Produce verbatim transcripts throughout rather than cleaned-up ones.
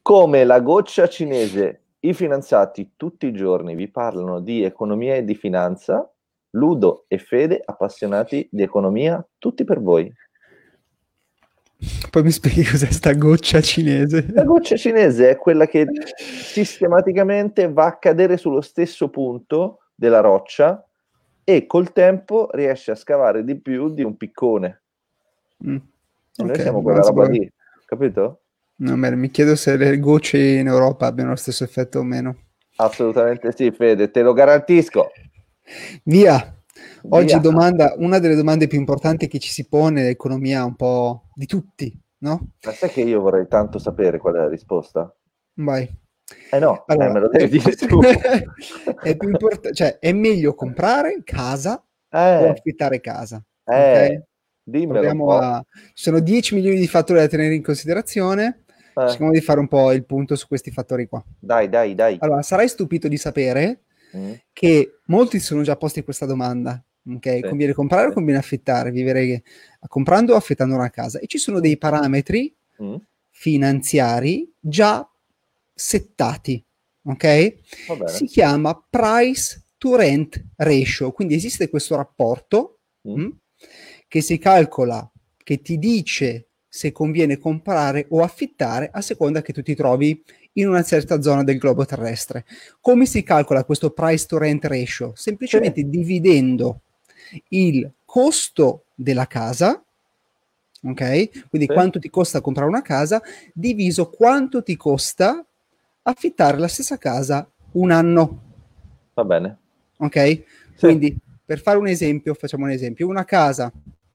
Come la goccia cinese, i finanziati tutti i giorni vi parlano di economia e di finanza, Ludo e Fede, appassionati di economia, tutti per voi. Poi mi spieghi cos'è sta goccia cinese? La goccia cinese è quella che sistematicamente va a cadere sullo stesso punto della roccia e col tempo riesce a scavare di più di un piccone. Mm. E noi Ok, siamo quella roba lì, capito? No, beh, mi chiedo se le gocce in Europa abbiano lo stesso effetto o meno. Assolutamente sì, Fede, te lo garantisco. Via! Oggi Via. domanda, una delle domande più importanti che ci si pone nell'economia un po' di tutti, no? Ma sai che io vorrei tanto sapere qual è la risposta? Vai. Eh no, eh, Allora, me lo devi dire tu. è più importante, cioè è meglio comprare casa o Eh, affittare casa, ok? eh, dimmelo un Proviamo po'. a... Ci sono dieci milioni di fattori da tenere in considerazione, Eh, cerchiamo di fare un po' il punto su questi fattori qua. dai, dai, dai. Allora, sarai stupito di sapere Mm, che molti si sono già posti questa domanda, ok? sì, Conviene comprare o sì. conviene affittare? Vivere comprando o affittando una casa? E ci sono dei parametri Mm, finanziari già settati, ok? va bene. Si chiama price to rent ratio, quindi esiste questo rapporto Mm, mh, che si calcola, che ti dice se conviene comprare o affittare a seconda che tu ti trovi in una certa zona del globo terrestre. Come si calcola questo price to rent ratio? Semplicemente sì, dividendo il costo della casa, ok? Quindi sì, quanto ti costa comprare una casa, diviso quanto ti costa affittare la stessa casa un anno, va bene. ok? Sì. Quindi per fare un esempio, facciamo un esempio, una casa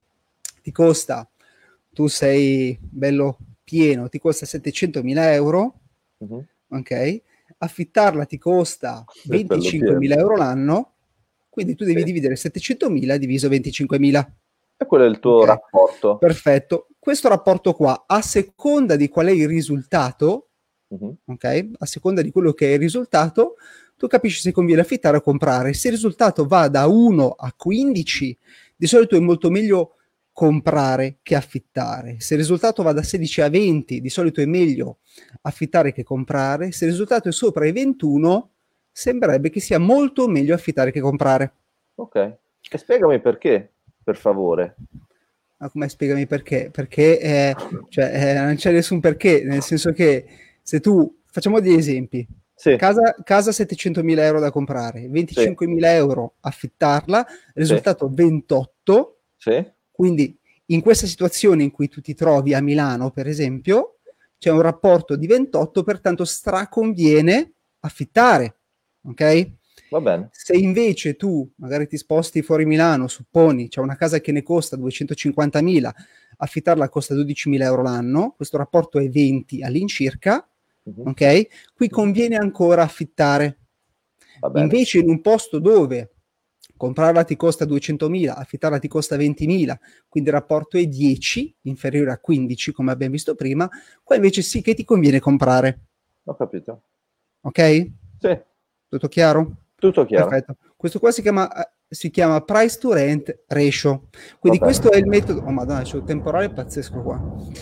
ti costa, tu sei bello pieno, ti costa settecentomila euro, Mhm. ok? Affittarla ti costa Sei bello pieno. venticinquemila euro l'anno, quindi tu devi Sì. dividere settecentomila diviso venticinquemila. E quello è il tuo Ok, rapporto. perfetto. Questo rapporto qua, a seconda di qual è il risultato, Mhm. ok? A seconda di quello che è il risultato, tu capisci se conviene affittare o comprare. Se il risultato va da uno a quindici, di solito è molto meglio comprare che affittare. Se il risultato va da sedici a venti, di solito è meglio affittare che comprare. Se il risultato è sopra i ventuno, sembrerebbe che sia molto meglio affittare che comprare. Ok. E spiegami perché, per favore. Ma come spiegami perché? Perché eh, cioè, eh, non c'è nessun perché, nel senso che se tu, facciamo degli esempi, Sì, casa, casa settecentomila euro da comprare, sì, venticinquemila euro affittarla, sì, risultato ventotto, sì. quindi in questa situazione in cui tu ti trovi a Milano, per esempio, c'è un rapporto di ventotto, pertanto straconviene affittare, ok? Va bene. Se invece tu magari ti sposti fuori Milano, supponi, c'è una casa che ne costa duecentocinquantamila, affittarla costa dodicimila euro l'anno, questo rapporto è venti all'incirca, Mhm. ok? Qui Mhm. conviene ancora affittare. Va bene. Invece in un posto dove comprarla ti costa duecentomila, affittarla ti costa ventimila, quindi il rapporto è dieci, inferiore a quindici come abbiamo visto prima, qua invece sì che ti conviene comprare. Ho capito. Ok? Sì, Tutto chiaro? tutto chiaro. Perfetto. Questo qua si chiama, eh, si chiama price to rent ratio. Va Quindi questo bene. è il metodo. Oh madonna, c'è un temporale pazzesco qua.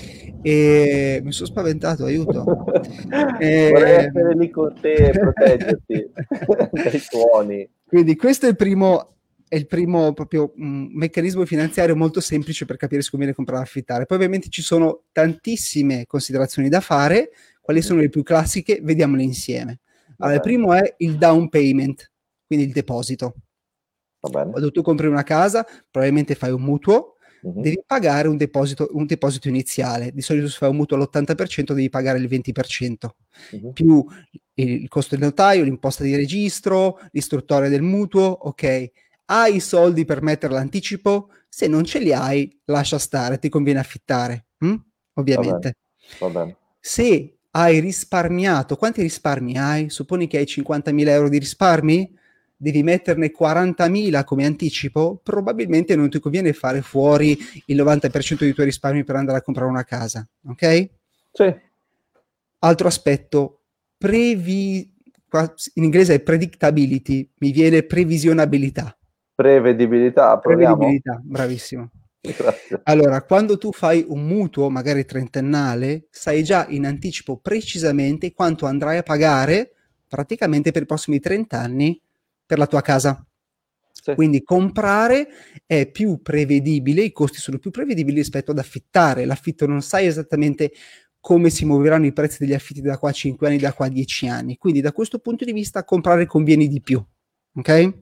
E mi sono spaventato, aiuto. Vorrei E... essere lì con te e proteggerti dai tuoni. Quindi questo è il primo, è il primo proprio mh, meccanismo finanziario molto semplice per capire se conviene comprare o affittare. Poi ovviamente ci sono tantissime considerazioni da fare. Quali Mhm. sono le più classiche? Vediamole insieme. Va Allora, il bene, primo è il down payment, quindi il deposito. va bene. Quando tu compri una casa, probabilmente fai un mutuo, Mhm. devi pagare un deposito, un deposito iniziale. Di solito se fai un mutuo all'ottanta per cento devi pagare il venti per cento, Mhm. più il costo del notaio, l'imposta di registro, l'istruttoria del mutuo, ok. Hai i soldi per mettere l'anticipo? Se non ce li hai, lascia stare, ti conviene affittare, hm? Va bene, Ovviamente. va bene. Se hai risparmiato, quanti risparmi hai? Supponi che hai cinquantamila euro di risparmi? Devi metterne quarantamila come anticipo? Probabilmente non ti conviene fare fuori il novanta per cento dei tuoi risparmi per andare a comprare una casa, ok? Sì, Altro aspetto, previ... in inglese è predictability, mi viene previsionabilità. prevedibilità, proviamo? Prevedibilità, bravissimo. Grazie. Allora, quando tu fai un mutuo, magari trentennale, sai già in anticipo precisamente quanto andrai a pagare praticamente per i prossimi trenta anni per la tua casa. Sì. Quindi comprare è più prevedibile, i costi sono più prevedibili rispetto ad affittare. L'affitto non sai esattamente come si muoveranno i prezzi degli affitti da qua a cinque anni, da qua a dieci anni. Quindi da questo punto di vista comprare conviene di più, ok?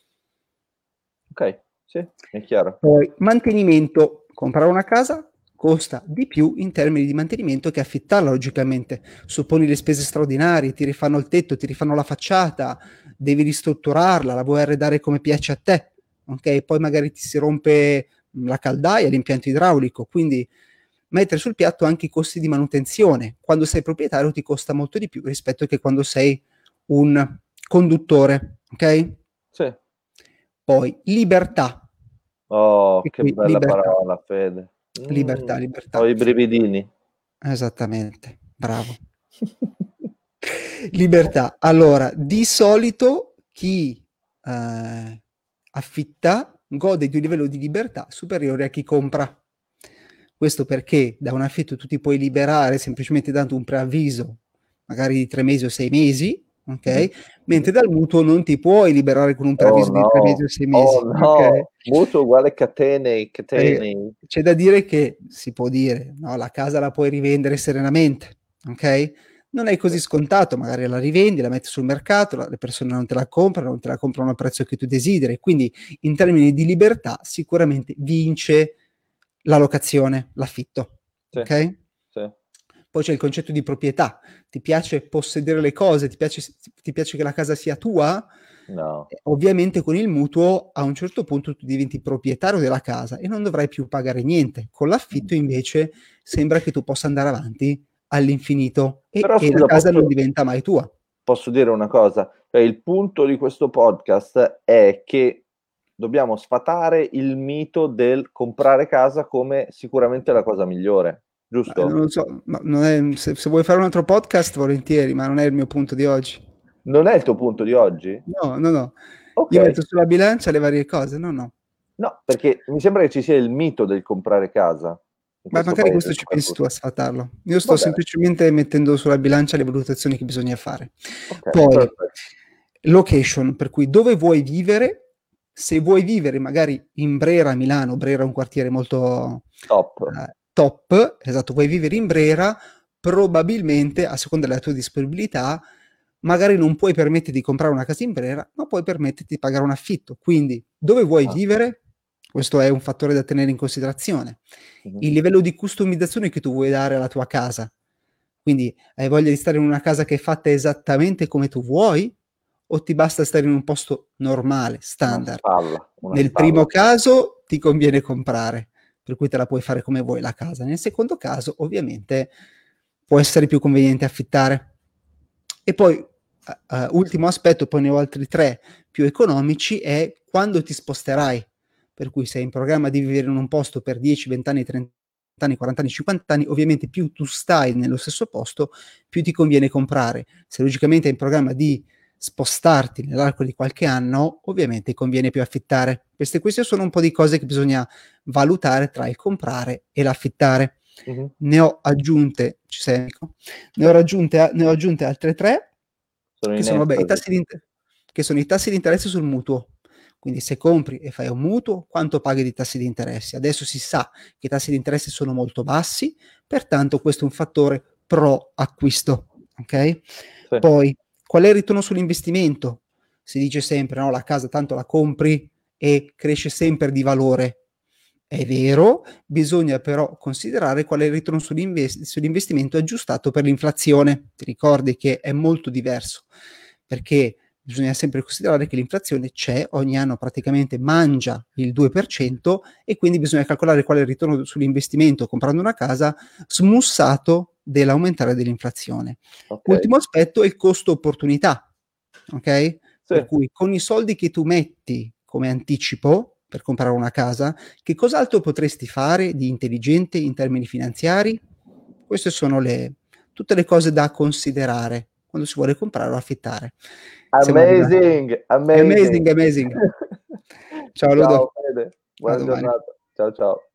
Ok, sì, è chiaro. Poi mantenimento, comprare una casa costa di più in termini di mantenimento che affittarla, logicamente. Supponi le spese straordinarie, ti rifanno il tetto, ti rifanno la facciata, devi ristrutturarla, la vuoi arredare come piace a te, ok? Poi magari ti si rompe la caldaia, l'impianto idraulico, quindi mettere sul piatto anche i costi di manutenzione. Quando sei proprietario ti costa molto di più rispetto che quando sei un conduttore, ok? Sì. Poi libertà. Oh, E che qui bella libertà. parola, Fede. Libertà, Mm, ho libertà. i brividini. Esattamente, bravo. Libertà. Allora, di solito chi eh, affitta gode di un livello di libertà superiore a chi compra. Questo perché da un affitto tu ti puoi liberare semplicemente dando un preavviso, magari di tre mesi o sei mesi, ok? Mm-hmm. Mentre dal mutuo non ti puoi liberare con un Oh preavviso di tre mesi no, o sei oh mesi, ok? no, mutuo uguale catene, Eh, catene. c'è da dire che si può dire, no, la casa la puoi rivendere serenamente, ok? Non è così scontato, magari la rivendi, la metti sul mercato, la- le persone non te la comprano, non te la comprano al prezzo che tu desideri, quindi in termini di libertà sicuramente vince la locazione, l'affitto, Sì, ok? sì. Poi c'è il concetto di proprietà. Ti piace possedere le cose? Ti piace, ti piace che la casa sia tua? No. Eh, Ovviamente con il mutuo a un certo punto tu diventi proprietario della casa e non dovrai più pagare niente. Con l'affitto invece sembra che tu possa andare avanti all'infinito e, Però e la scusa, casa non posso, diventa mai tua. posso dire una cosa? Cioè, il punto di questo podcast è che dobbiamo sfatare il mito del comprare casa come sicuramente la cosa migliore, Ma non giusto? lo so, ma non è- se, se vuoi fare un altro podcast volentieri, ma non è il mio punto di oggi. Non è il tuo punto di oggi? No, no, no. Ok. Io metto sulla bilancia le varie cose, no, no. No, perché mi sembra che ci sia il mito del comprare casa in Ma questo magari paese questo ci pensi tu soprattutto. a sfatarlo. Io sto Va bene, semplicemente mettendo sulla bilancia le valutazioni che bisogna fare. ok, Poi, perfetto. location, per cui dove vuoi vivere, se vuoi vivere magari in Brera, Milano, Brera è un quartiere molto Top. eh, top, esatto, vuoi vivere in Brera, probabilmente, a seconda della tua disponibilità, magari non puoi permetterti di comprare una casa in Brera, ma puoi permetterti di pagare un affitto. Quindi, dove vuoi Ah, vivere? Questo è un fattore da tenere in considerazione. mhm. Il livello di customizzazione che tu vuoi dare alla tua casa. Quindi hai voglia di stare in una casa che è fatta esattamente come tu vuoi o ti basta stare in un posto normale, Una standard? stalla, una Nel primo stalla. caso ti conviene comprare, per cui te la puoi fare come vuoi la casa. Nel secondo caso, ovviamente, può essere più conveniente affittare. E poi, uh, uh, ultimo aspetto, poi ne ho altri tre più economici, è quando ti sposterai. Per cui sei in programma di vivere in un posto per dieci, venti anni, trenta anni, quaranta anni, cinquanta anni, ovviamente più tu stai nello stesso posto, più ti conviene comprare. Se logicamente hai in programma di spostarti nell'arco di qualche anno, ovviamente conviene più affittare. Queste, queste sono un po' di cose che bisogna valutare tra il comprare e l'affittare. Mhm. Ne ho aggiunte, ci sei, amico? Ne ho, raggiunte, ne ho aggiunte altre tre, Sono che in sono, vabbè, i estasi. tassi di inter- che sono i tassi di interesse sul mutuo. Quindi se compri e fai un mutuo, quanto paghi di tassi di interesse? Adesso si sa che i tassi di interesse sono molto bassi, pertanto questo è un fattore pro acquisto. Ok? Sì. Poi, qual è il ritorno sull'investimento? Si dice sempre, no, la casa tanto la compri e cresce sempre di valore. È vero, bisogna però considerare qual è il ritorno sull'invest- sull'investimento aggiustato per l'inflazione. Ti ricordi che è molto diverso, perché bisogna sempre considerare che l'inflazione c'è, ogni anno praticamente mangia il due per cento e quindi bisogna calcolare qual è il ritorno sull'investimento comprando una casa smussato dell'aumentare dell'inflazione. Ok. Ultimo aspetto è il costo opportunità, ok? Sì. Per cui con i soldi che tu metti come anticipo per comprare una casa, che cos'altro potresti fare di intelligente in termini finanziari? Queste sono le, tutte le cose da considerare quando si vuole comprare o affittare. Siamo arrivati. Amazing, amazing. Amazing, amazing. Ciao Ludo, Ciao Fede, a buona domani. giornata. Ciao ciao.